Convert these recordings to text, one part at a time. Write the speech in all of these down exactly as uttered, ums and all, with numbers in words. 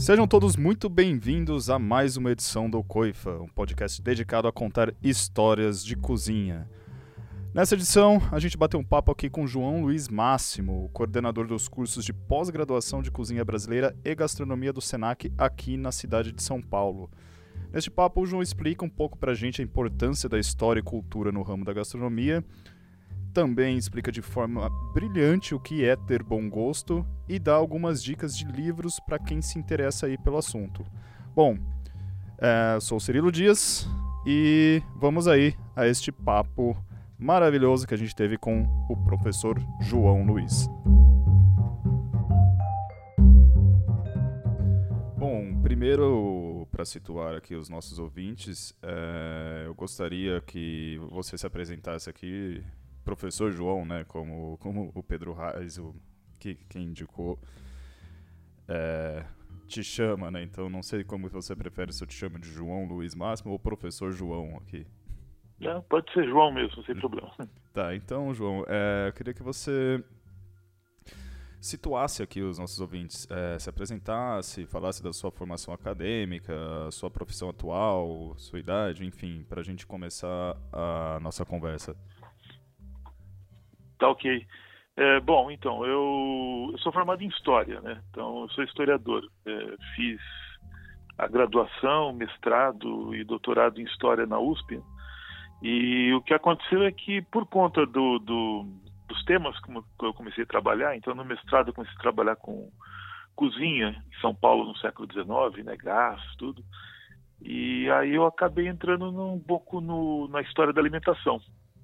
Sejam todos muito bem-vindos a mais uma edição do Coifa, um podcast dedicado a contar histórias de cozinha. Nessa edição, a gente bateu um papo aqui com João Luiz Máximo, coordenador dos cursos de pós-graduação de cozinha brasileira e gastronomia do Senac aqui na cidade de São Paulo. Neste papo, o João explica um pouco pra gente a importância da história e cultura no ramo da gastronomia, também explica de forma brilhante o que é ter bom gosto e dá algumas dicas de livros para quem se interessa aí pelo assunto. Bom, é, sou o Cirilo Dias e vamos aí a este papo maravilhoso que a gente teve com o professor João Luiz. Bom, primeiro, para situar aqui os nossos ouvintes, é, eu gostaria que você se apresentasse aqui, professor João, né, como, como o Pedro Reis, o, que, quem indicou, é, te chama, né, então não sei como você prefere, se eu te chamo de João Luiz Máximo ou professor João aqui. É, pode ser João mesmo, sem problema. Tá, então, João, é, eu queria que você situasse aqui os nossos ouvintes, é, se apresentasse, falasse da sua formação acadêmica, sua profissão atual, sua idade, enfim, para a gente começar a nossa conversa. Tá ok. É, bom, então, eu, eu sou formado em História, né? Então, eu sou historiador. É, fiz a graduação, mestrado e doutorado em História na U S P. E o que aconteceu é que, por conta do, do, dos temas que eu comecei a trabalhar, então, no mestrado eu comecei a trabalhar com cozinha em São Paulo no século dezenove, né? Gás, tudo. E aí eu acabei entrando um pouco no, na história da alimentação.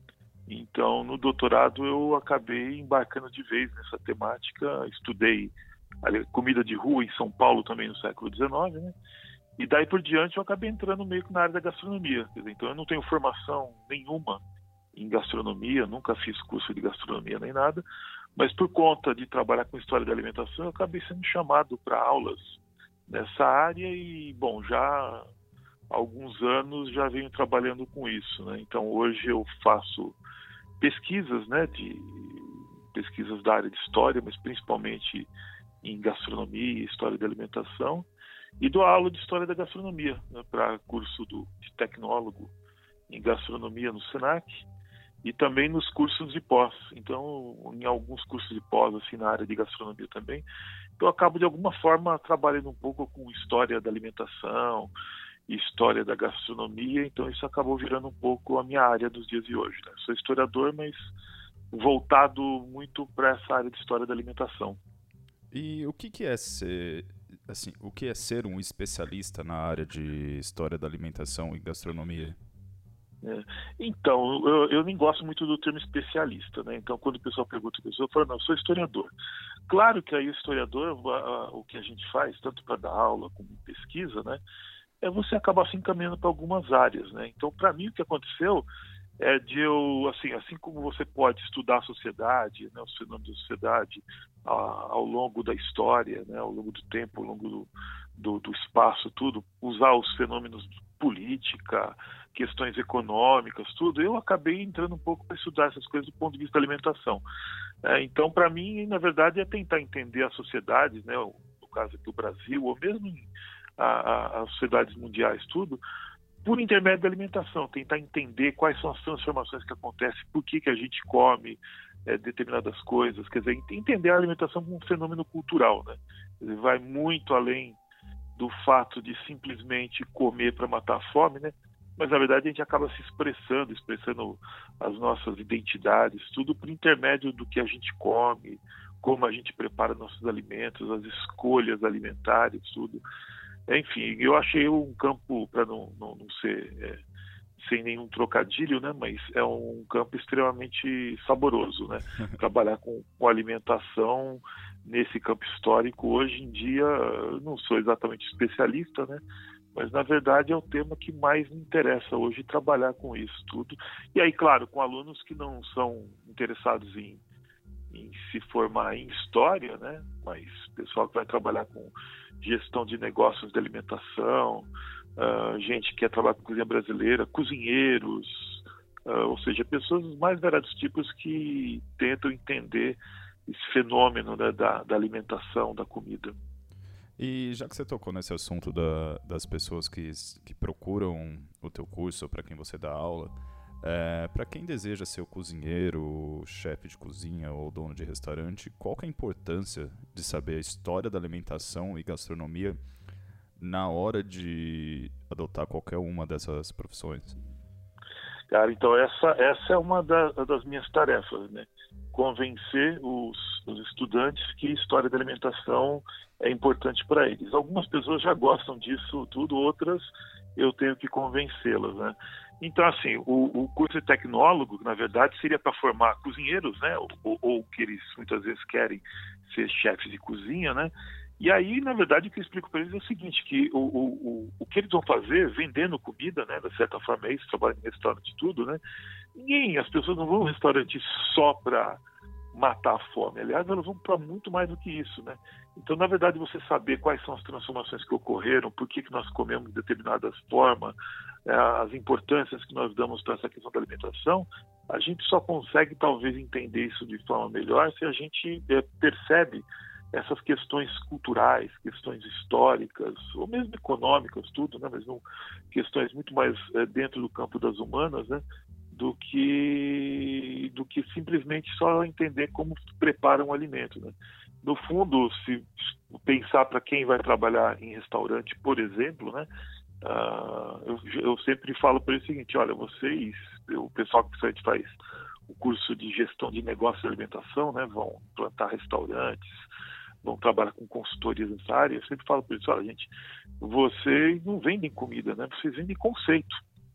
Então, no doutorado, eu acabei embarcando de vez nessa temática. Estudei a comida de rua em São Paulo também no século dezenove, né? E daí por diante eu acabei entrando meio que na área da gastronomia. Quer dizer, então, eu não tenho formação nenhuma em gastronomia, nunca fiz curso de gastronomia nem nada, mas por conta de trabalhar com história da alimentação, eu acabei sendo chamado para aulas nessa área e, bom, já há alguns anos já venho trabalhando com isso, né? Então, hoje eu faço pesquisas, né, de pesquisas da área de história, mas principalmente em gastronomia e história da alimentação, e dou aula de história da gastronomia, né, para curso do, de tecnólogo em gastronomia no Senac e também nos cursos de pós. Então, em alguns cursos de pós, assim, na área de gastronomia também, eu acabo de alguma forma trabalhando um pouco com história da alimentação, história da gastronomia, então isso acabou virando um pouco a minha área dos dias de hoje, né? Sou historiador, mas voltado muito para essa área de história da alimentação. E o que, que é ser, assim, o que é ser um especialista na área de história da alimentação e gastronomia? É. Então, eu, eu nem gosto muito do termo especialista, né? Então, quando o pessoal pergunta, eu falo, não, eu sou historiador. Claro que aí o historiador, o que a gente faz, tanto para dar aula como pesquisa, né, é você acabar se encaminhando para algumas áreas, né? Então, para mim, o que aconteceu é de eu, assim, assim como você pode estudar a sociedade, né, os fenômenos da sociedade a, ao longo da história, né, ao longo do tempo, ao longo do, do, do espaço, tudo, usar os fenômenos de política, questões econômicas, tudo, eu acabei entrando um pouco para estudar essas coisas do ponto de vista da alimentação. É, então, para mim, na verdade, é tentar entender a sociedade, né, no caso aqui o Brasil, ou mesmo em as sociedades mundiais, tudo, por intermédio da alimentação, tentar entender quais são as transformações que acontecem, por que, que a gente come é, determinadas coisas, quer dizer, entender a alimentação como um fenômeno cultural, né? Quer dizer, vai muito além do fato de simplesmente comer para matar a fome, né? Mas, na verdade, a gente acaba se expressando, expressando as nossas identidades, tudo por intermédio do que a gente come, como a gente prepara nossos alimentos, as escolhas alimentares, tudo. Enfim, eu achei um campo, para não, não, não ser é, sem nenhum trocadilho, né, mas é um campo extremamente saboroso, né? Trabalhar com, com alimentação nesse campo histórico, hoje em dia, eu não sou exatamente especialista, né, mas na verdade é o tema que mais me interessa hoje, trabalhar com isso tudo. E aí, claro, com alunos que não são interessados em em se formar em história, né? Mas pessoal que vai trabalhar com gestão de negócios de alimentação, uh, gente que quer trabalhar com cozinha brasileira, cozinheiros, uh, ou seja, pessoas dos mais variados tipos que tentam entender esse fenômeno, né, da, da alimentação, da comida. E já que você tocou nesse assunto da, das pessoas que, que procuram o teu curso, para quem você dá aula, é, para quem deseja ser o cozinheiro, chefe de cozinha ou dono de restaurante, qual que é a importância de saber a história da alimentação e gastronomia na hora de adotar qualquer uma dessas profissões? Cara, então essa, essa é uma da, das minhas tarefas, né? Convencer os, os estudantes que história da alimentação é importante para eles. Algumas pessoas já gostam disso tudo, outras eu tenho que convencê-las, né? Então, assim, o, o curso de tecnólogo, na verdade, seria para formar cozinheiros, né? Ou, ou, ou que eles muitas vezes querem ser chefes de cozinha, né? E aí, na verdade, o que eu explico para eles é o seguinte, que o, o, o, o que eles vão fazer vendendo comida, né? De certa forma, é isso, trabalham em restaurante e tudo, né? Ninguém, as pessoas não vão ao restaurante só para matar a fome. Aliás, elas vão para muito mais do que isso, né? Então, na verdade, você saber quais são as transformações que ocorreram, por que, que nós comemos de determinada forma, as importâncias que nós damos para essa questão da alimentação, a gente só consegue, talvez, entender isso de forma melhor se a gente é, percebe essas questões culturais, questões históricas, ou mesmo econômicas, tudo, né? Mas não, questões muito mais é, dentro do campo das humanas, né? do que, do que simplesmente só entender como prepara um alimento, né? No fundo, se pensar para quem vai trabalhar em restaurante, por exemplo, né? Uh, eu, eu sempre falo para eles o seguinte, olha, vocês, o pessoal que faz o curso de gestão de negócio de alimentação, né? Vão plantar restaurantes, vão trabalhar com consultorias nessa área, eu sempre falo para eles, olha, gente, vocês não vendem comida, né? Vocês vendem conceito.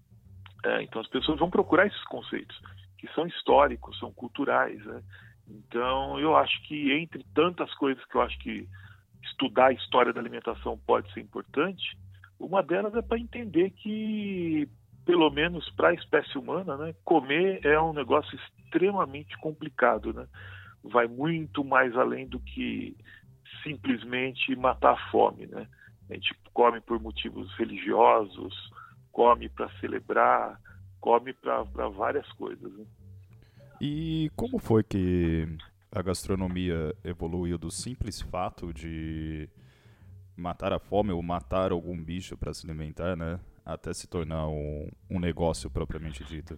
É, então as pessoas vão procurar esses conceitos, que são históricos, são culturais, né? Então eu acho que entre tantas coisas que eu acho que estudar a história da alimentação pode ser importante, uma delas é para entender que, pelo menos para a espécie humana, né, comer é um negócio extremamente complicado, né? Vai muito mais além do que simplesmente matar a fome, né? A gente come por motivos religiosos, come para celebrar, come para várias coisas, né? E como foi que a gastronomia evoluiu do simples fato de matar a fome ou matar algum bicho para se alimentar, né, até se tornar um, um negócio propriamente dito?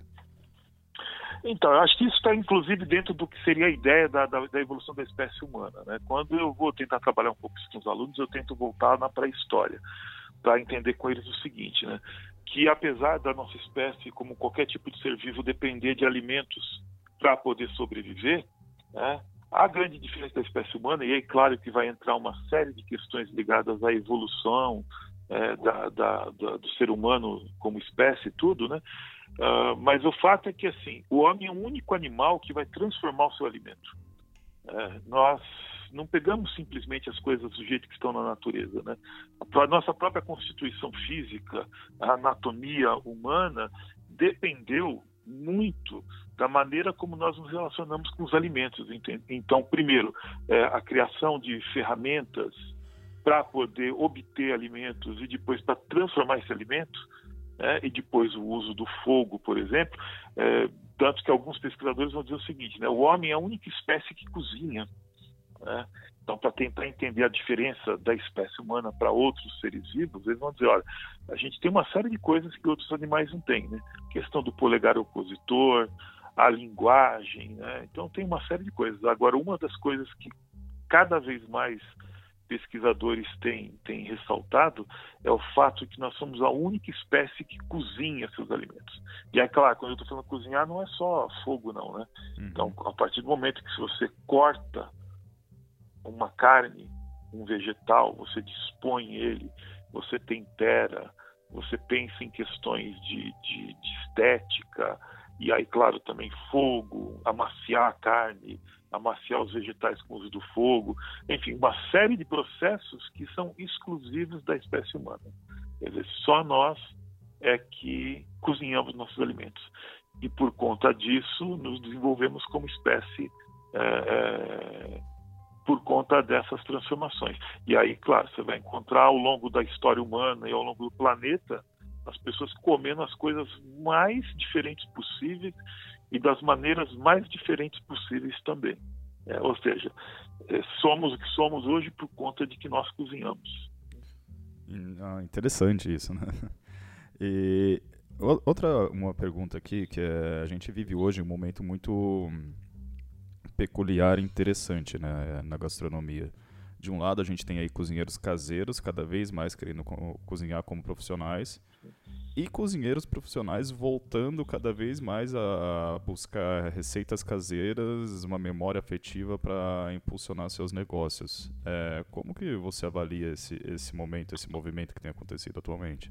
Então, eu acho que isso está inclusive dentro do que seria a ideia da, da, da evolução da espécie humana, né? Quando eu vou tentar trabalhar um pouco isso com os alunos, eu tento voltar na pré-história, para entender com eles o seguinte, né? Que apesar da nossa espécie, como qualquer tipo de ser vivo, depender de alimentos para poder sobreviver, né, a grande diferença da espécie humana, e aí claro que vai entrar uma série de questões ligadas à evolução é, da, da, da, do ser humano como espécie e tudo, né? Uh, mas o fato é que assim, o homem é o único animal que vai transformar o seu alimento. É, nós não pegamos simplesmente as coisas do jeito que estão na natureza, né? A nossa própria constituição física, a anatomia humana, dependeu muito da maneira como nós nos relacionamos com os alimentos. Então, primeiro, é, a criação de ferramentas para poder obter alimentos e depois para transformar esse alimento, né? E depois o uso do fogo, por exemplo, é, tanto que alguns pesquisadores vão dizer o seguinte, né? O homem é a única espécie que cozinha, né? Então, para tentar entender a diferença da espécie humana para outros seres vivos, eles vão dizer, olha, a gente tem uma série de coisas que outros animais não têm, né? A questão do polegar opositor, a linguagem, né? Então tem uma série de coisas. Agora, uma das coisas que cada vez mais pesquisadores têm, têm ressaltado é o fato que nós somos a única espécie que cozinha seus alimentos. E é claro, quando eu estou falando cozinhar, não é só fogo, não, né? Uhum. Então, a partir do momento que se você corta uma carne, um vegetal, você dispõe ele, você tempera, você pensa em questões de, de, de estética, e aí, claro, também fogo, amaciar a carne, amaciar os vegetais com o uso do fogo, enfim, uma série de processos que são exclusivos da espécie humana. Quer dizer, só nós é que cozinhamos nossos alimentos. E por conta disso, nos desenvolvemos como espécie é, é, por conta dessas transformações. E aí, claro, você vai encontrar ao longo da história humana e ao longo do planeta as pessoas comendo as coisas mais diferentes possíveis e das maneiras mais diferentes possíveis também. É, ou seja, é, somos o que somos hoje por conta de que nós cozinhamos. Ah, interessante isso, né? E outra uma pergunta aqui, que é, a gente vive hoje um momento muito peculiar e interessante, né, na gastronomia. De um lado, a gente tem aí cozinheiros caseiros, cada vez mais querendo co- cozinhar como profissionais, e cozinheiros profissionais voltando cada vez mais a buscar receitas caseiras, uma memória afetiva para impulsionar seus negócios. É, como que você avalia esse, esse momento, esse movimento que tem acontecido atualmente?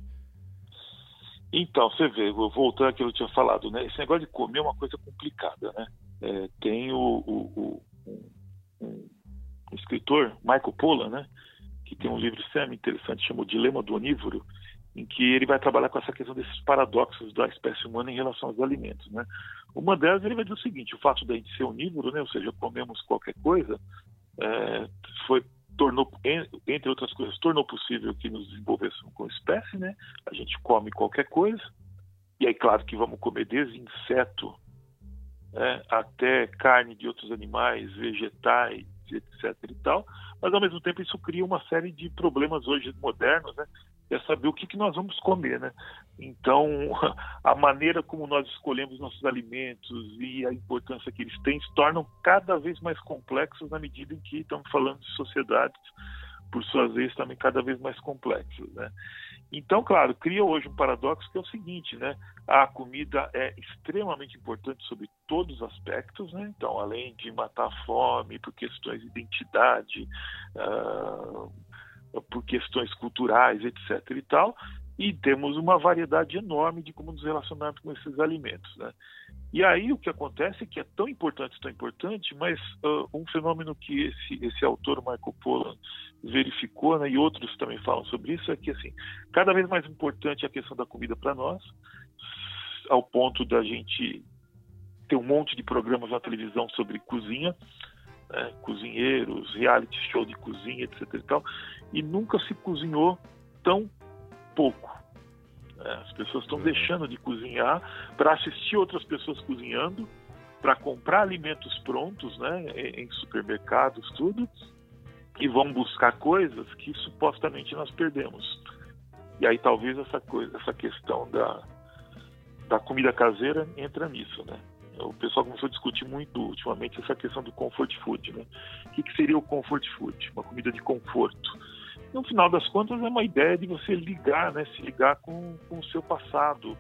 Então, você vê, voltando àquilo que eu tinha falado, né? Esse negócio de comer é uma coisa complicada, né? É, tem o, o, o um, um escritor, Michael Pollan, né? Que tem um livro extremamente interessante, chamado Dilema do Onívoro, em que ele vai trabalhar com essa questão desses paradoxos da espécie humana em relação aos alimentos, né? Uma delas, ele vai dizer o seguinte: o fato de a gente ser onívoro, né? Ou seja, comemos qualquer coisa, é, foi tornou, entre outras coisas, tornou possível que nos desenvolvêssemos como espécie, né? A gente come qualquer coisa, e aí, claro que vamos comer desde inseto, né, até carne de outros animais, vegetais, etc e tal, mas ao mesmo tempo isso cria uma série de problemas hoje modernos, né? É saber o que, que nós vamos comer, né? Então, a maneira como nós escolhemos nossos alimentos e a importância que eles têm se tornam cada vez mais complexos na medida em que estamos falando de sociedades, por suas vezes, também cada vez mais complexas, né? Então, claro, cria hoje um paradoxo que é o seguinte, né? A comida é extremamente importante sobre todos os aspectos, né? Então, além de matar a fome, por questões de identidade, uh, por questões culturais, etc e tal, e temos uma variedade enorme de como nos relacionarmos com esses alimentos, né? E aí o que acontece é que é tão importante, tão importante, mas uh, um fenômeno que esse, esse autor, Michael Pollan, verificou, né, e outros também falam sobre isso, é que assim, cada vez mais importante é a questão da comida para nós, ao ponto da gente ter um monte de programas na televisão sobre cozinha, né, cozinheiros, reality show de cozinha, etc e tal, e nunca se cozinhou tão pouco. As pessoas estão deixando de cozinhar para assistir outras pessoas cozinhando, para comprar alimentos prontos, né, em supermercados, tudo, e vão buscar coisas que supostamente nós perdemos. E aí talvez essa coisa, essa questão da, da comida caseira entra nisso, né? O pessoal começou a discutir muito ultimamente essa questão do comfort food, né? O que, que seria o comfort food? Uma comida de conforto. No final das contas, é uma ideia de você ligar, né? Se ligar com, com o seu passado,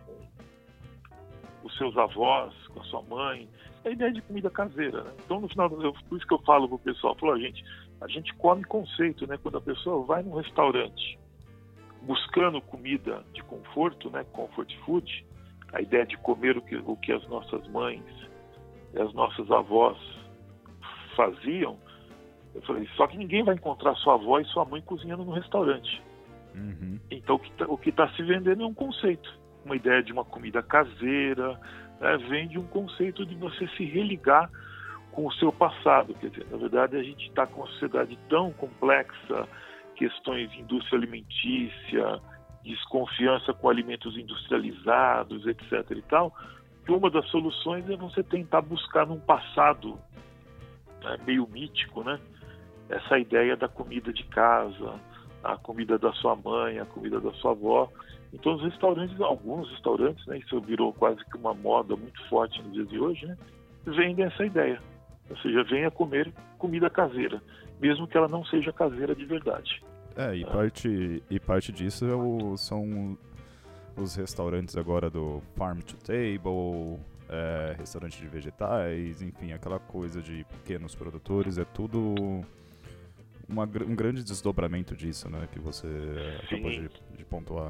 com os seus avós, com a sua mãe. É a ideia de comida caseira, né? Então, no final, eu, por isso que eu falo pro pessoal, falo, gente, a gente come conceito, né? Quando a pessoa vai num restaurante buscando comida de conforto, né? Comfort food, a ideia de comer o que, o que as nossas mães e as nossas avós faziam. Eu falei, só que ninguém vai encontrar sua avó e sua mãe cozinhando no restaurante. Uhum. Então, o que está se vendendo é um conceito. Uma ideia de uma comida caseira, né? Vende um conceito de você se religar com o seu passado. Quer dizer, na verdade, a gente está com uma sociedade tão complexa, questões de indústria alimentícia, desconfiança com alimentos industrializados, etc e tal, que uma das soluções é você tentar buscar num passado, né, meio mítico, né, essa ideia da comida de casa, a comida da sua mãe, a comida da sua avó. Então os restaurantes, alguns restaurantes, né, isso virou quase que uma moda muito forte nos dias de hoje, né, vendem essa ideia, ou seja, venha comer comida caseira, mesmo que ela não seja caseira de verdade. É, e parte, e parte disso é o, são os restaurantes agora do Farm to Table, é, restaurante de vegetais, enfim, aquela coisa de pequenos produtores, é tudo uma, um grande desdobramento disso, né, que você Sim. acabou de, de pontuar.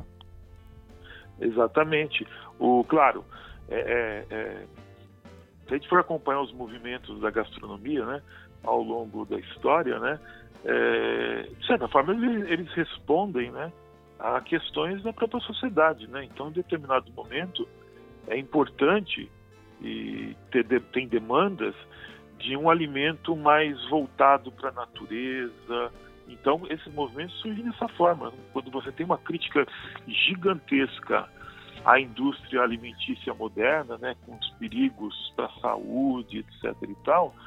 Exatamente. O, claro, é, é, é, se a gente for acompanhar os movimentos da gastronomia, né, ao longo da história, né, É, de certa forma, eles, eles respondem, né, a questões da própria sociedade, né? Então, em determinado momento, é importante e ter, de, tem demandas de um alimento mais voltado para a natureza. Então, esses movimentos surgem dessa forma. Quando você tem uma crítica gigantesca à indústria alimentícia moderna, né, com os perigos para a saúde, etc e tal,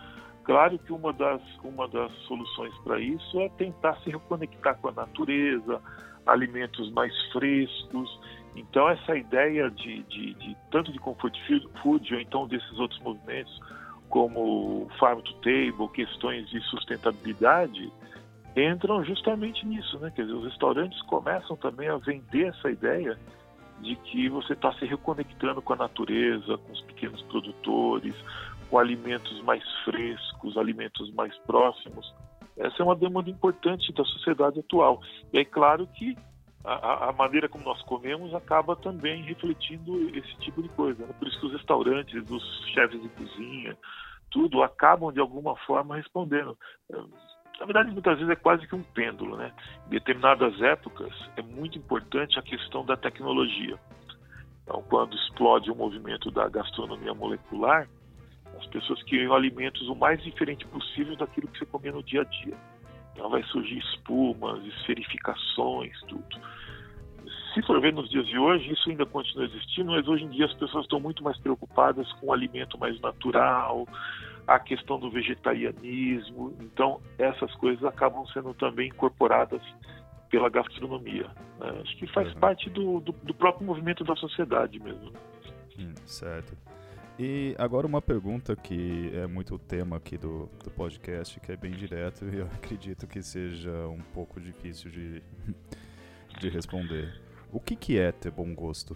Claro que uma das, uma das soluções para isso é tentar se reconectar com a natureza, alimentos mais frescos. Então, essa ideia de, de, de tanto de comfort food ou então desses outros movimentos, como farm to table, questões de sustentabilidade, entram justamente nisso, né? Quer dizer, os restaurantes começam também a vender essa ideia de que você está se reconectando com a natureza, com os pequenos produtores, com alimentos mais frescos, alimentos mais próximos. Essa é uma demanda importante da sociedade atual. E é claro que a, a maneira como nós comemos acaba também refletindo esse tipo de coisa, né? Por isso que os restaurantes, os chefes de cozinha, tudo acabam de alguma forma respondendo. Na verdade, muitas vezes é quase que um pêndulo, né? Em determinadas épocas é muito importante a questão da tecnologia. Então, quando explode o movimento da gastronomia molecular, as pessoas queriam alimentos o mais diferente possível daquilo que você comia no dia a dia. Então vai surgir espumas, esferificações, tudo. Se for ver nos dias de hoje, isso ainda continua existindo, mas hoje em dia as pessoas estão muito mais preocupadas com o alimento mais natural, a questão do vegetarianismo. Então essas coisas acabam sendo também incorporadas pela gastronomia, né? Acho que faz uhum. parte do, do, do próprio movimento da sociedade mesmo. Hum, certo. E agora uma pergunta que é muito o tema aqui do, do podcast, que é bem direto e eu acredito que seja um pouco difícil de, de responder. O que, que é ter bom gosto?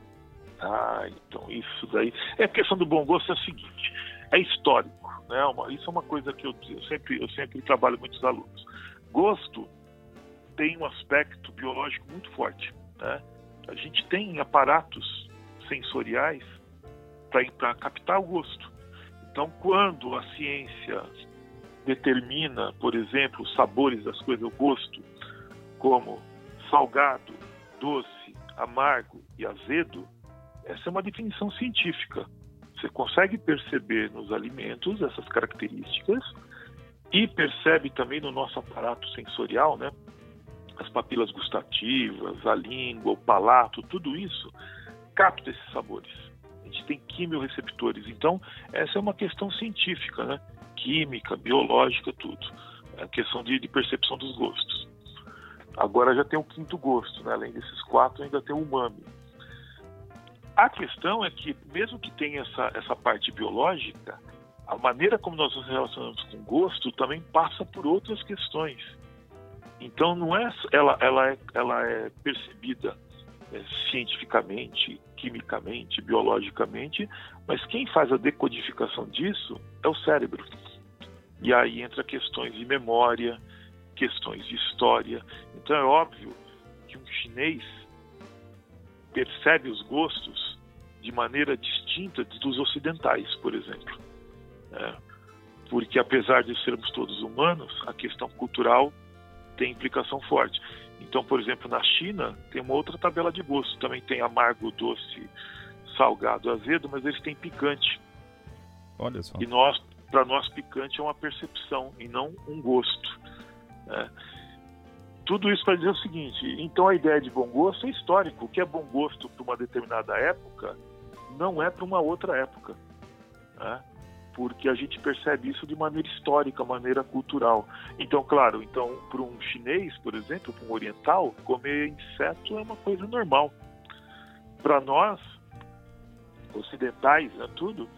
Ah, então isso daí... É, a questão do bom gosto é o seguinte, é histórico, né? Uma, isso é uma coisa que eu, eu, sempre, eu sempre trabalho com muitos alunos. Gosto tem um aspecto biológico muito forte, né? A gente tem aparatos sensoriais para captar o gosto. Então, quando a ciência determina, por exemplo, os sabores das coisas, o gosto, como salgado, doce, amargo e azedo, essa é uma definição científica. Você consegue perceber nos alimentos essas características e percebe também no nosso aparato sensorial, né? As papilas gustativas, a língua, o palato, tudo isso capta esses sabores. A gente tem quimiorreceptores. Então, essa é uma questão científica, né? Química, biológica, tudo. É a questão de, de percepção dos gostos. Agora já tem o quinto gosto, né? Além desses quatro, ainda tem o umami. A questão é que, mesmo que tenha essa, essa parte biológica, a maneira como nós nos relacionamos com o gosto também passa por outras questões. Então, não é, ela, ela, é, ela é percebida é, cientificamente, quimicamente, biologicamente, mas quem faz a decodificação disso é o cérebro. E aí entra questões de memória, questões de história. Então é óbvio que um chinês percebe os gostos de maneira distinta dos ocidentais, por exemplo. É, porque apesar de sermos todos humanos, a questão cultural tem implicação forte. Então, por exemplo, na China tem uma outra tabela de gosto. Também tem amargo, doce, salgado, azedo, mas eles têm picante. Olha só. E nós, para nós, picante é uma percepção e não um gosto. Né? Tudo isso para dizer o seguinte: então a ideia de bom gosto é histórico. O que é bom gosto para uma determinada época não é para uma outra época. Né? Porque a gente percebe isso de maneira histórica, maneira cultural. Então, claro, então, para um chinês, por exemplo, para um oriental, comer inseto é uma coisa normal. Para nós, ocidentais, né, tudo,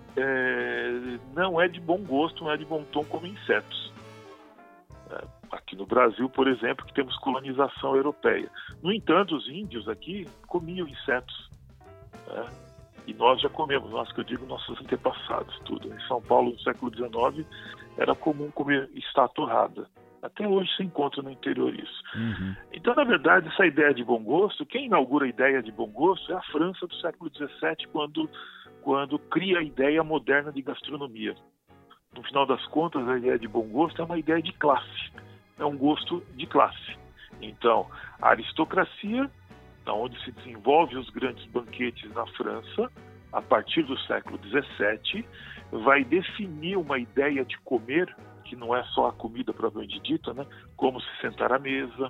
é, não é de bom gosto, não é de bom tom comer insetos. É, aqui no Brasil, por exemplo, que temos colonização europeia. No entanto, os índios aqui comiam insetos. Né? E nós já comemos, nós que eu digo, nossos antepassados, tudo. Em São Paulo, no século dezenove, era comum comer está torrada. Até hoje se encontra no interior isso. Uhum. Então, na verdade, essa ideia de bom gosto, quem inaugura a ideia de bom gosto é a França do século dezessete, quando, quando cria a ideia moderna de gastronomia. No final das contas, a ideia de bom gosto é uma ideia de classe. É um gosto de classe. Então, a aristocracia, onde se desenvolvem os grandes banquetes na França, a partir do século dezessete, vai definir uma ideia de comer, que não é só a comida propriamente dita, né? Como se sentar à mesa,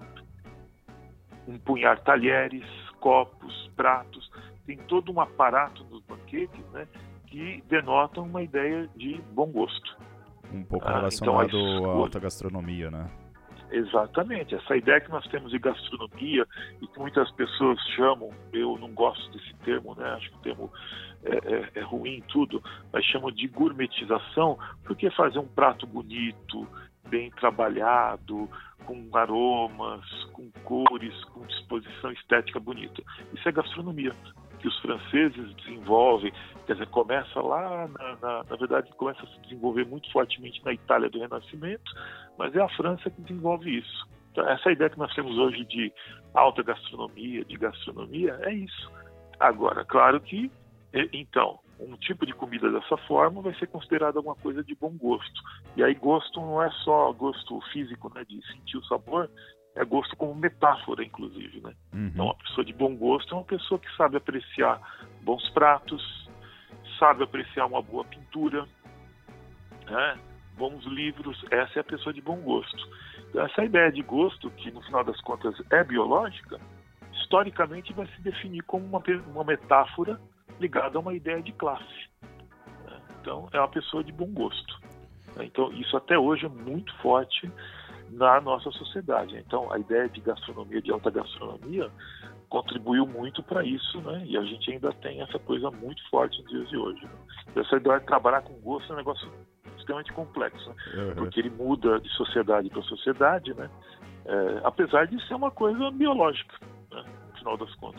empunhar talheres, copos, pratos. Tem todo um aparato nos banquetes, né, que denotam uma ideia de bom gosto. Um pouco Ah, relacionado então, à alta gastronomia, né? Exatamente, essa ideia que nós temos de gastronomia e que muitas pessoas chamam, eu não gosto desse termo, né? Acho que o termo é, é, é ruim em tudo, mas chamam de gourmetização, porque fazer um prato bonito, bem trabalhado, com aromas, com cores, com disposição estética bonita. Isso é gastronomia, que os franceses desenvolvem, quer dizer, começa lá, na, na, na verdade, começa a se desenvolver muito fortemente na Itália do Renascimento, mas é a França que desenvolve isso. Então, essa ideia que nós temos hoje de alta gastronomia, de gastronomia, é isso. Agora, claro que, então, um tipo de comida dessa forma vai ser considerado alguma coisa de bom gosto. E aí gosto não é só gosto físico, né, de sentir o sabor, é gosto como metáfora, inclusive, né? Uhum. Então, uma pessoa de bom gosto é uma pessoa que sabe apreciar bons pratos, sabe apreciar uma boa pintura, né? Bons livros. Essa é a pessoa de bom gosto. Então, essa ideia de gosto, que no final das contas é biológica, historicamente vai se definir como uma, uma metáfora ligada a uma ideia de classe. Né? Então, é uma pessoa de bom gosto. Né? Então, isso até hoje é muito forte na nossa sociedade. Então, a ideia de gastronomia, de alta gastronomia, contribuiu muito para isso, né? E a gente ainda tem essa coisa muito forte nos dias de hoje. Né? Essa ideia de trabalhar com gosto é um negócio extremamente complexo, né? Uhum. Porque ele muda de sociedade para sociedade, né? É, apesar de ser uma coisa biológica, né? No final das contas.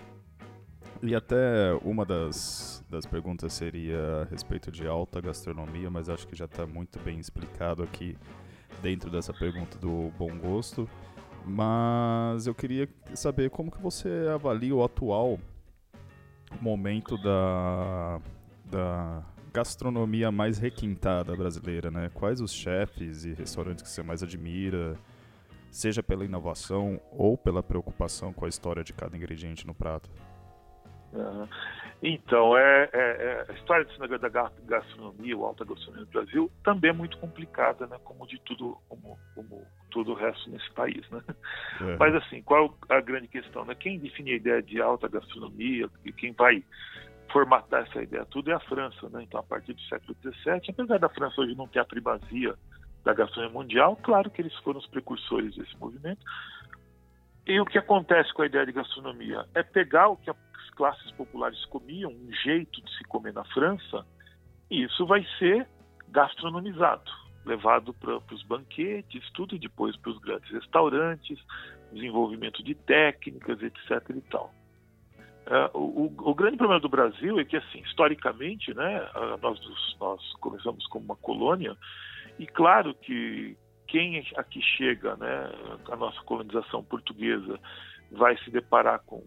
E até uma das, das perguntas seria a respeito de alta gastronomia, mas acho que já está muito bem explicado aqui dentro dessa pergunta do bom gosto, mas eu queria saber como que você avalia o atual momento da, da gastronomia mais requintada brasileira, né? Quais os chefes e restaurantes que você mais admira, seja pela inovação ou pela preocupação com a história de cada ingrediente no prato? Uhum. Então, é, é, é, a história desse negócio da gastronomia, ou alta gastronomia no Brasil, também é muito complicada, né? Como de tudo, como, como todo o resto nesse país, né? Uhum. Mas assim, qual a grande questão, né? Quem define a ideia de alta gastronomia e quem vai formatar essa ideia tudo é a França, né? Então, a partir do século dezessete, apesar da França hoje não ter a primazia da gastronomia mundial, claro que eles foram os precursores desse movimento. E o que acontece com a ideia de gastronomia é pegar o que as classes populares comiam, um jeito de se comer na França, e isso vai ser gastronomizado, levado para os banquetes, tudo, e depois para os grandes restaurantes, desenvolvimento de técnicas, etc e tal. Uh, o, o grande problema do Brasil é que, assim, historicamente, né, nós, nós começamos como uma colônia, e claro que quem aqui chega, né, a nossa colonização portuguesa, vai se deparar com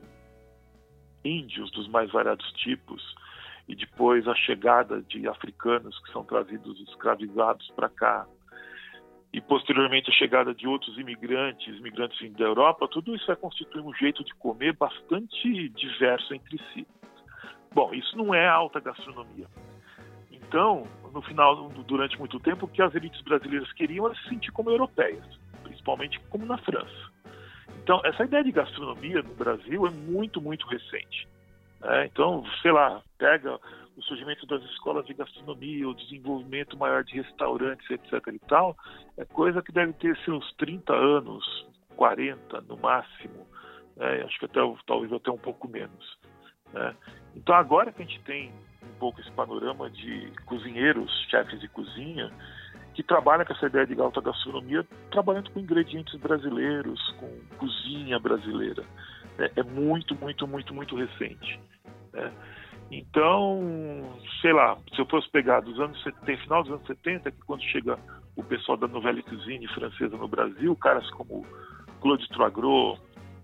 índios dos mais variados tipos, e depois a chegada de africanos que são trazidos escravizados para cá, e posteriormente a chegada de outros imigrantes, imigrantes da Europa, tudo isso vai constituir um jeito de comer bastante diverso entre si. Bom, isso não é alta gastronomia. Então, no final, durante muito tempo, o que as elites brasileiras queriam era se sentir como europeias, principalmente como na França. Então, essa ideia de gastronomia no Brasil é muito, muito recente. Né? Então, sei lá, pega o surgimento das escolas de gastronomia, o desenvolvimento maior de restaurantes, etc e tal, é coisa que deve ter seus trinta anos, quarenta no máximo, né? Acho que até, talvez até um pouco menos. Né? Então, agora que a gente tem um pouco esse panorama de cozinheiros, chefes de cozinha, que trabalham com essa ideia de alta gastronomia, trabalhando com ingredientes brasileiros, com cozinha brasileira. Né? É muito, muito, muito, muito recente. Né? Então, sei lá, se eu fosse pegar dos anos setenta, final dos anos setenta, que quando chega o pessoal da Nouvelle Cuisine francesa no Brasil, caras como Claude Troisgros,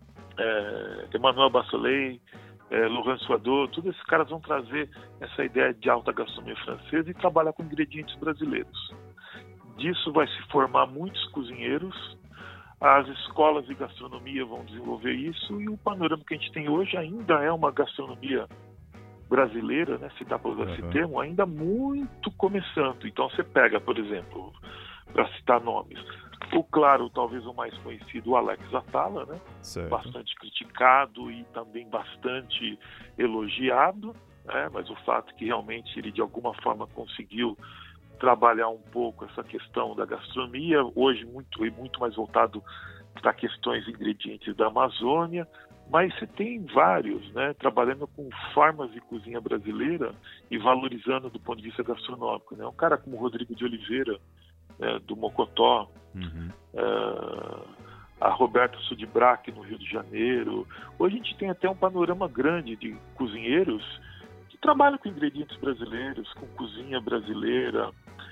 é, Emmanuel Bassolet, É, Laurent Suadot, todos esses caras vão trazer essa ideia de alta gastronomia francesa e trabalhar com ingredientes brasileiros. Disso vai se formar muitos cozinheiros, as escolas de gastronomia vão desenvolver isso, e o panorama que a gente tem hoje ainda é uma gastronomia brasileira, né, se dá para usar esse termo, ainda muito começando. Então você pega, por exemplo, para citar nomes, o claro, talvez o mais conhecido, o Alex Atala, né? Bastante criticado e também bastante elogiado, né? Mas o fato é que realmente ele de alguma forma conseguiu trabalhar um pouco essa questão da gastronomia, hoje muito, muito mais voltado para questões ingredientes da Amazônia, mas você tem vários, né, trabalhando com formas de cozinha brasileira e valorizando do ponto de vista gastronômico, né? Um cara como Rodrigo de Oliveira, né, do Mocotó, uhum. uh, a Roberta Sudibrac no Rio de Janeiro. Hoje a gente tem até um panorama grande de cozinheiros que trabalham com ingredientes brasileiros, com cozinha brasileira,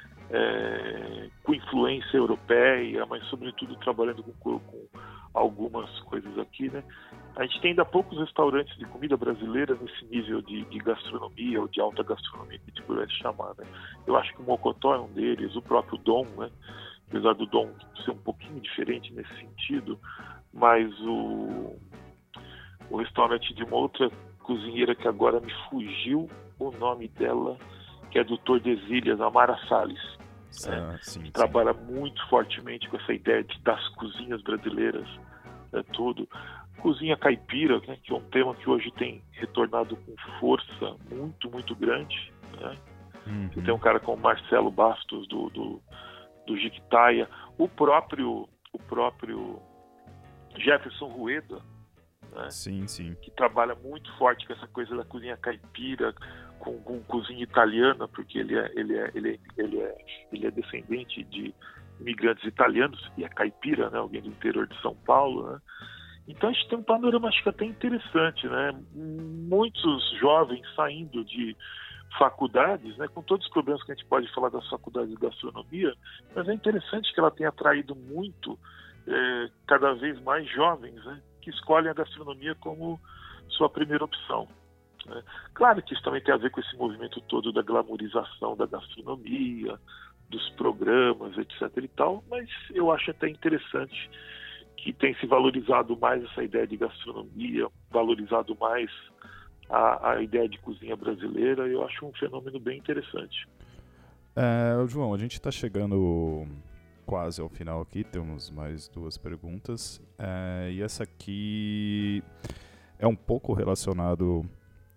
é, com influência europeia, mas sobretudo trabalhando com, com algumas coisas aqui, né? A gente tem ainda poucos restaurantes de comida brasileira nesse nível de, de gastronomia ou de alta gastronomia que a gente pudesse chamar, né? Eu acho que o Mocotó é um deles, o próprio Dom, né? Apesar do Dom ser um pouquinho diferente nesse sentido, mas o, o restaurante de uma outra cozinheira que agora me fugiu o nome dela, que é do Tordesilhas, a Mara Salles, ah, né? sim, sim. Trabalha muito fortemente com essa ideia de, das cozinhas brasileiras, é, tudo. Cozinha caipira, né, que é um tema que hoje tem retornado com força muito, muito grande, né? Uhum. Você tem um cara como Marcelo Bastos, do, do, do Jiquitaia, o próprio, o próprio Jefferson Rueda, né? Sim, sim. Que trabalha muito forte com essa coisa da cozinha caipira, com, com cozinha italiana, porque ele é, ele, é, ele, é, ele, é, ele é descendente de imigrantes italianos e é caipira, né? Alguém do interior de São Paulo, né? Então a gente tem um panorama, acho que até interessante, né? Muitos jovens saindo de faculdades, né? Com todos os problemas que a gente pode falar das faculdades de gastronomia, mas é interessante que ela tenha atraído muito, é, cada vez mais jovens, né? Que escolhem a gastronomia como sua primeira opção, né? Claro que isso também tem a ver com esse movimento todo da glamourização da gastronomia, dos programas, etc e tal, mas eu acho até interessante que tem se valorizado mais essa ideia de gastronomia, valorizado mais a, a ideia de cozinha brasileira, e eu acho um fenômeno bem interessante. É, João, a gente está chegando quase ao final aqui, temos mais duas perguntas, é, e essa aqui é um pouco relacionado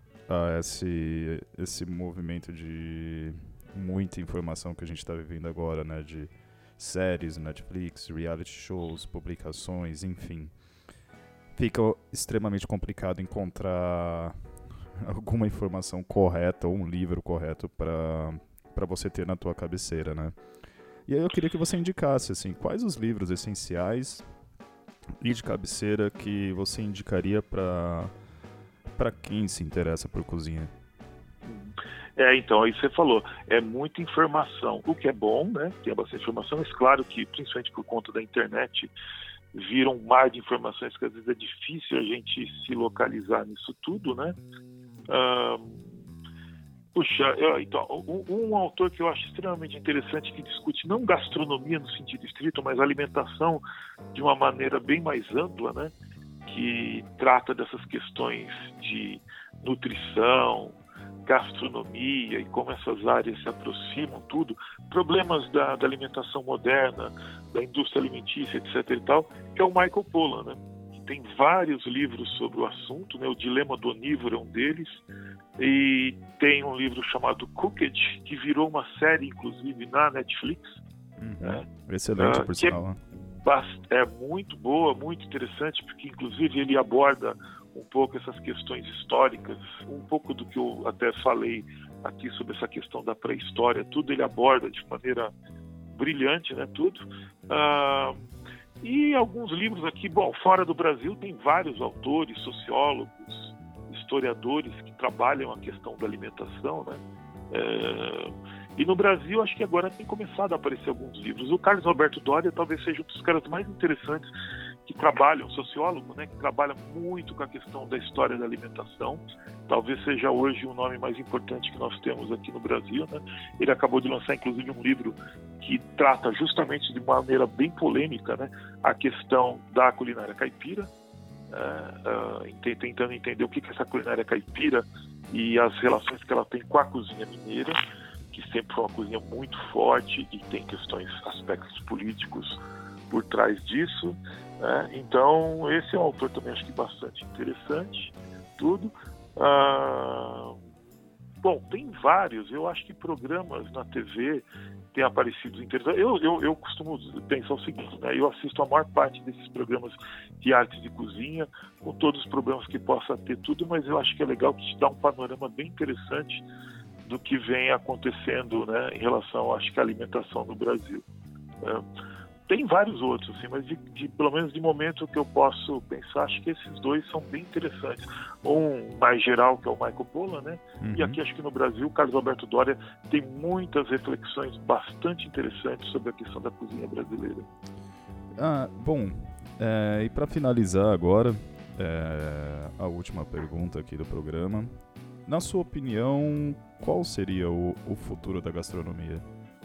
a esse, esse movimento de muita informação que a gente está vivendo agora, né, de séries, Netflix, reality shows, publicações, enfim. Fica extremamente complicado encontrar alguma informação correta ou um livro correto para para você ter na tua cabeceira, né? E aí eu queria que você indicasse, assim, quais os livros essenciais e de cabeceira que você indicaria para para quem se interessa por cozinha. É, então, aí você falou, é muita informação, o que é bom, né? Tem bastante informação, mas claro que, principalmente por conta da internet, vira um mar de informações que às vezes é difícil a gente se localizar nisso tudo, né? Ah, puxa, eu, então, um, um autor que eu acho extremamente interessante, que discute não gastronomia no sentido estrito, mas alimentação de uma maneira bem mais ampla, né? Que trata dessas questões de nutrição, gastronomia e como essas áreas se aproximam, tudo, problemas da, da alimentação moderna, da indústria alimentícia, etc e tal, que é o Michael Pollan, né? Que tem vários livros sobre o assunto, né? O Dilema do Onívoro é um deles, e tem um livro chamado Cooked, que virou uma série, inclusive, na Netflix. Uhum. Né? Excelente, uh, por sinal. É, é muito boa, muito interessante, porque, inclusive, ele aborda um pouco essas questões históricas, um pouco do que eu até falei aqui sobre essa questão da pré-história, tudo ele aborda de maneira brilhante, né, tudo. Ah, e alguns livros aqui, bom, fora do Brasil tem vários autores, sociólogos, historiadores que trabalham a questão da alimentação, né. É, e no Brasil, acho que agora tem começado a aparecer alguns livros. O Carlos Alberto Doria talvez seja um dos caras mais interessantes que trabalham, sociólogo, né, que trabalha muito com a questão da história da alimentação. Talvez seja hoje o nome mais importante que nós temos aqui no Brasil, né? Ele acabou de lançar, inclusive, um livro que trata justamente de maneira bem polêmica, né, a questão da culinária caipira, é, é, tentando entender o que é essa culinária caipira e as relações que ela tem com a cozinha mineira, que sempre foi uma cozinha muito forte e tem questões, aspectos políticos por trás disso. É, então, esse é um autor também acho que bastante interessante, tudo. Ah, bom, tem vários, eu acho que programas na T V tem aparecido interessantes. Eu, eu, eu costumo pensar o seguinte, né? Eu assisto a maior parte desses programas de artes de cozinha, com todos os problemas que possa ter tudo, mas eu acho que é legal que te dá um panorama bem interessante do que vem acontecendo, né, em relação, acho que, à alimentação no Brasil. É, tem vários outros, assim, mas de, de, pelo menos de momento que eu posso pensar, acho que esses dois são bem interessantes. Um mais geral, que é o Michael Pollan, né? Uhum. E aqui, acho que no Brasil, o Carlos Alberto Doria tem muitas reflexões bastante interessantes sobre a questão da cozinha brasileira. Ah, bom, é, e para finalizar agora, é, a última pergunta aqui do programa. Na sua opinião, qual seria o, o futuro da gastronomia?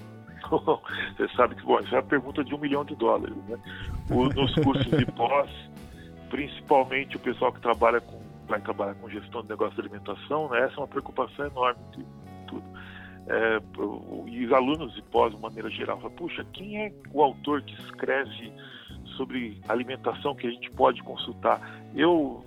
Você sabe que, bom, essa é a pergunta de um milhão de dólares, né? O, nos cursos de pós, principalmente o pessoal que trabalha com, vai trabalhar com gestão de negócio de alimentação, né? Essa é uma preocupação enorme de tudo. É, e os alunos de pós, de maneira geral, falam, puxa, quem é o autor que escreve sobre alimentação que a gente pode consultar? Eu,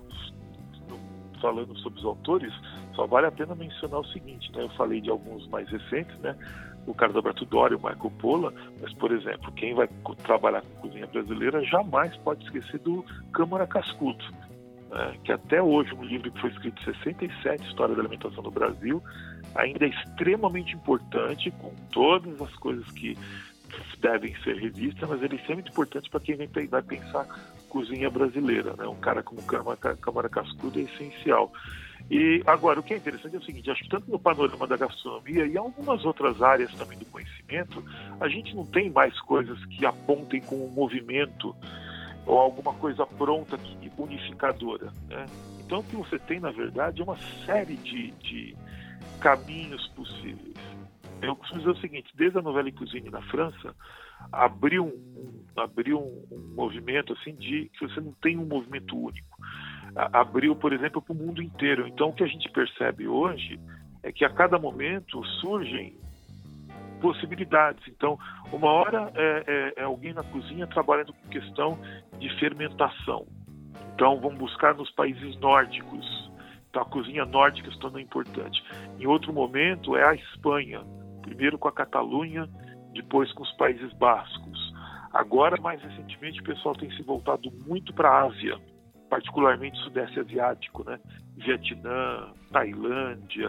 falando sobre os autores, só vale a pena mencionar o seguinte, né? Eu falei de alguns mais recentes, né? O Carlos Alberto Doria, o Michael Pollan, mas, por exemplo, quem vai trabalhar com cozinha brasileira jamais pode esquecer do Câmara Cascudo, né? Que até hoje, um livro que foi escrito em sessenta e sete, História da Alimentação no Brasil, ainda é extremamente importante, com todas as coisas que devem ser revistas, mas ele é extremamente importante para quem vai pensar cozinha brasileira, né? Um cara como Câmara, Câmara Cascudo é essencial. E agora, o que é interessante é o seguinte, acho que tanto no panorama da gastronomia e em algumas outras áreas também do conhecimento, a gente não tem mais coisas que apontem com um movimento ou alguma coisa pronta, que, unificadora, né? Então, o que você tem, na verdade, é uma série de, de caminhos possíveis. Eu costumo dizer o seguinte, desde a Nouvelle Cuisine na França, abriu um, abriu um, um movimento assim de que você não tem um movimento único. Abriu, por exemplo, para o mundo inteiro. Então, o que a gente percebe hoje é que a cada momento surgem possibilidades. Então, uma hora é, é, é alguém na cozinha trabalhando com questão de fermentação. Então, vamos buscar nos países nórdicos. Então, a cozinha nórdica se tornou importante. Em outro momento, é a Espanha. Primeiro com a Catalunha, depois com os Países Bascos. Agora, mais recentemente, o pessoal tem se voltado muito para a Ásia, particularmente Sudeste Asiático, né? Vietnã, Tailândia,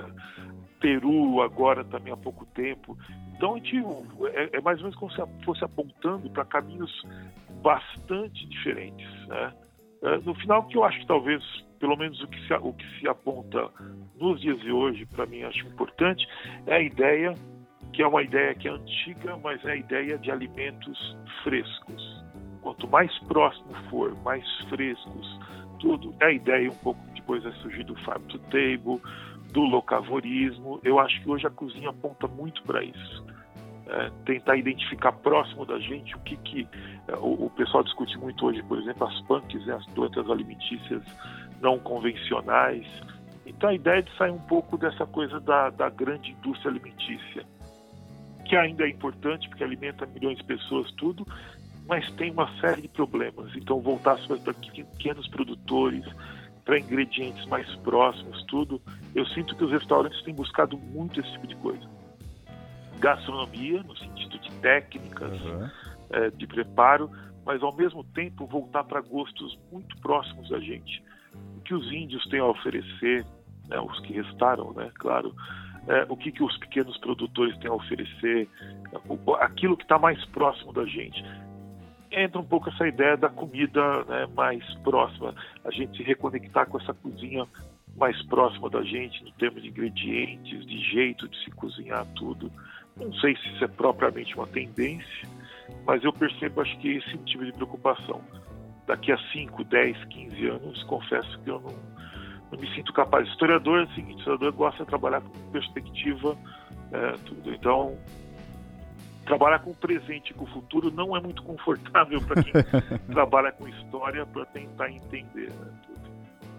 Peru agora também há pouco tempo. Então a gente, é, é mais ou menos como se fosse apontando para caminhos bastante diferentes, né? É, no final, que eu acho que talvez, pelo menos o que se, o que se aponta nos dias de hoje, para mim acho importante, é a ideia, que é uma ideia que é antiga, mas é a ideia de alimentos frescos. Quanto mais próximo for, mais frescos, tudo, é a ideia um pouco depois vai surgir do farm to table, do locavorismo. Eu acho que hoje a cozinha aponta muito para isso. É, tentar identificar próximo da gente o que, que é, o, o pessoal discute muito hoje, por exemplo, as punks, né, as plantas alimentícias não convencionais. Então a ideia é de sair um pouco dessa coisa da, da grande indústria alimentícia, que ainda é importante porque alimenta milhões de pessoas, tudo, mas tem uma série de problemas. Então voltar para pequenos produtores, para ingredientes mais próximos, tudo. Eu sinto que os restaurantes têm buscado muito esse tipo de coisa. Gastronomia, no sentido de técnicas, uhum. é, de preparo, mas ao mesmo tempo voltar para gostos muito próximos da gente. O que os índios têm a oferecer, né, os que restaram, né, claro, é, o que, que os pequenos produtores têm a oferecer, aquilo que está mais próximo da gente. Entra um pouco essa ideia da comida, né, mais próxima, a gente se reconectar com essa cozinha mais próxima da gente, no termos de ingredientes, de jeito de se cozinhar tudo. Não sei se isso é propriamente uma tendência, mas eu percebo, acho que esse tipo de preocupação. Daqui a cinco, dez, quinze anos, confesso que eu não, não me sinto capaz. Historiador é o seguinte, historiador gosta de trabalhar com perspectiva, é, tudo. Então, trabalhar com o presente e com o futuro não é muito confortável para quem trabalha com história para tentar entender, né, tudo.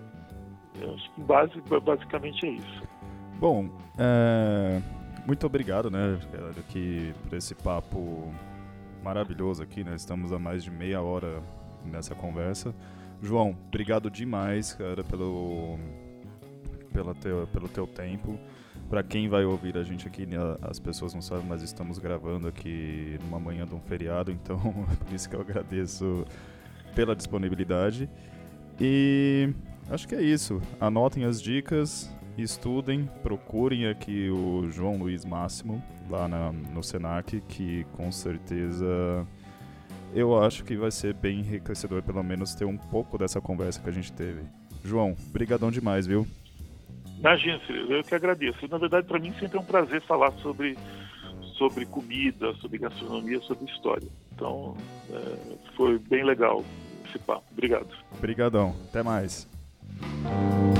Eu acho que base, basicamente é isso. Bom, é... muito obrigado, né, aqui por esse papo maravilhoso aqui, né? Estamos há mais de meia hora nessa conversa. João, obrigado demais, cara, pelo, pelo, teu, pelo teu tempo. Para quem vai ouvir a gente aqui, né, as pessoas não sabem, mas estamos gravando aqui numa manhã de um feriado, então por isso que eu agradeço pela disponibilidade. E acho que é isso. Anotem as dicas, estudem, procurem aqui o João Luiz Máximo lá na, no Senac, que com certeza eu acho que vai ser bem enriquecedor, pelo menos ter um pouco dessa conversa que a gente teve. João, brigadão demais, viu? Imagina, eu que agradeço. Na verdade, para mim sempre é um prazer falar sobre, sobre comida, sobre gastronomia, sobre história. Então, é, foi bem legal esse papo. Obrigado. Obrigadão. Até mais.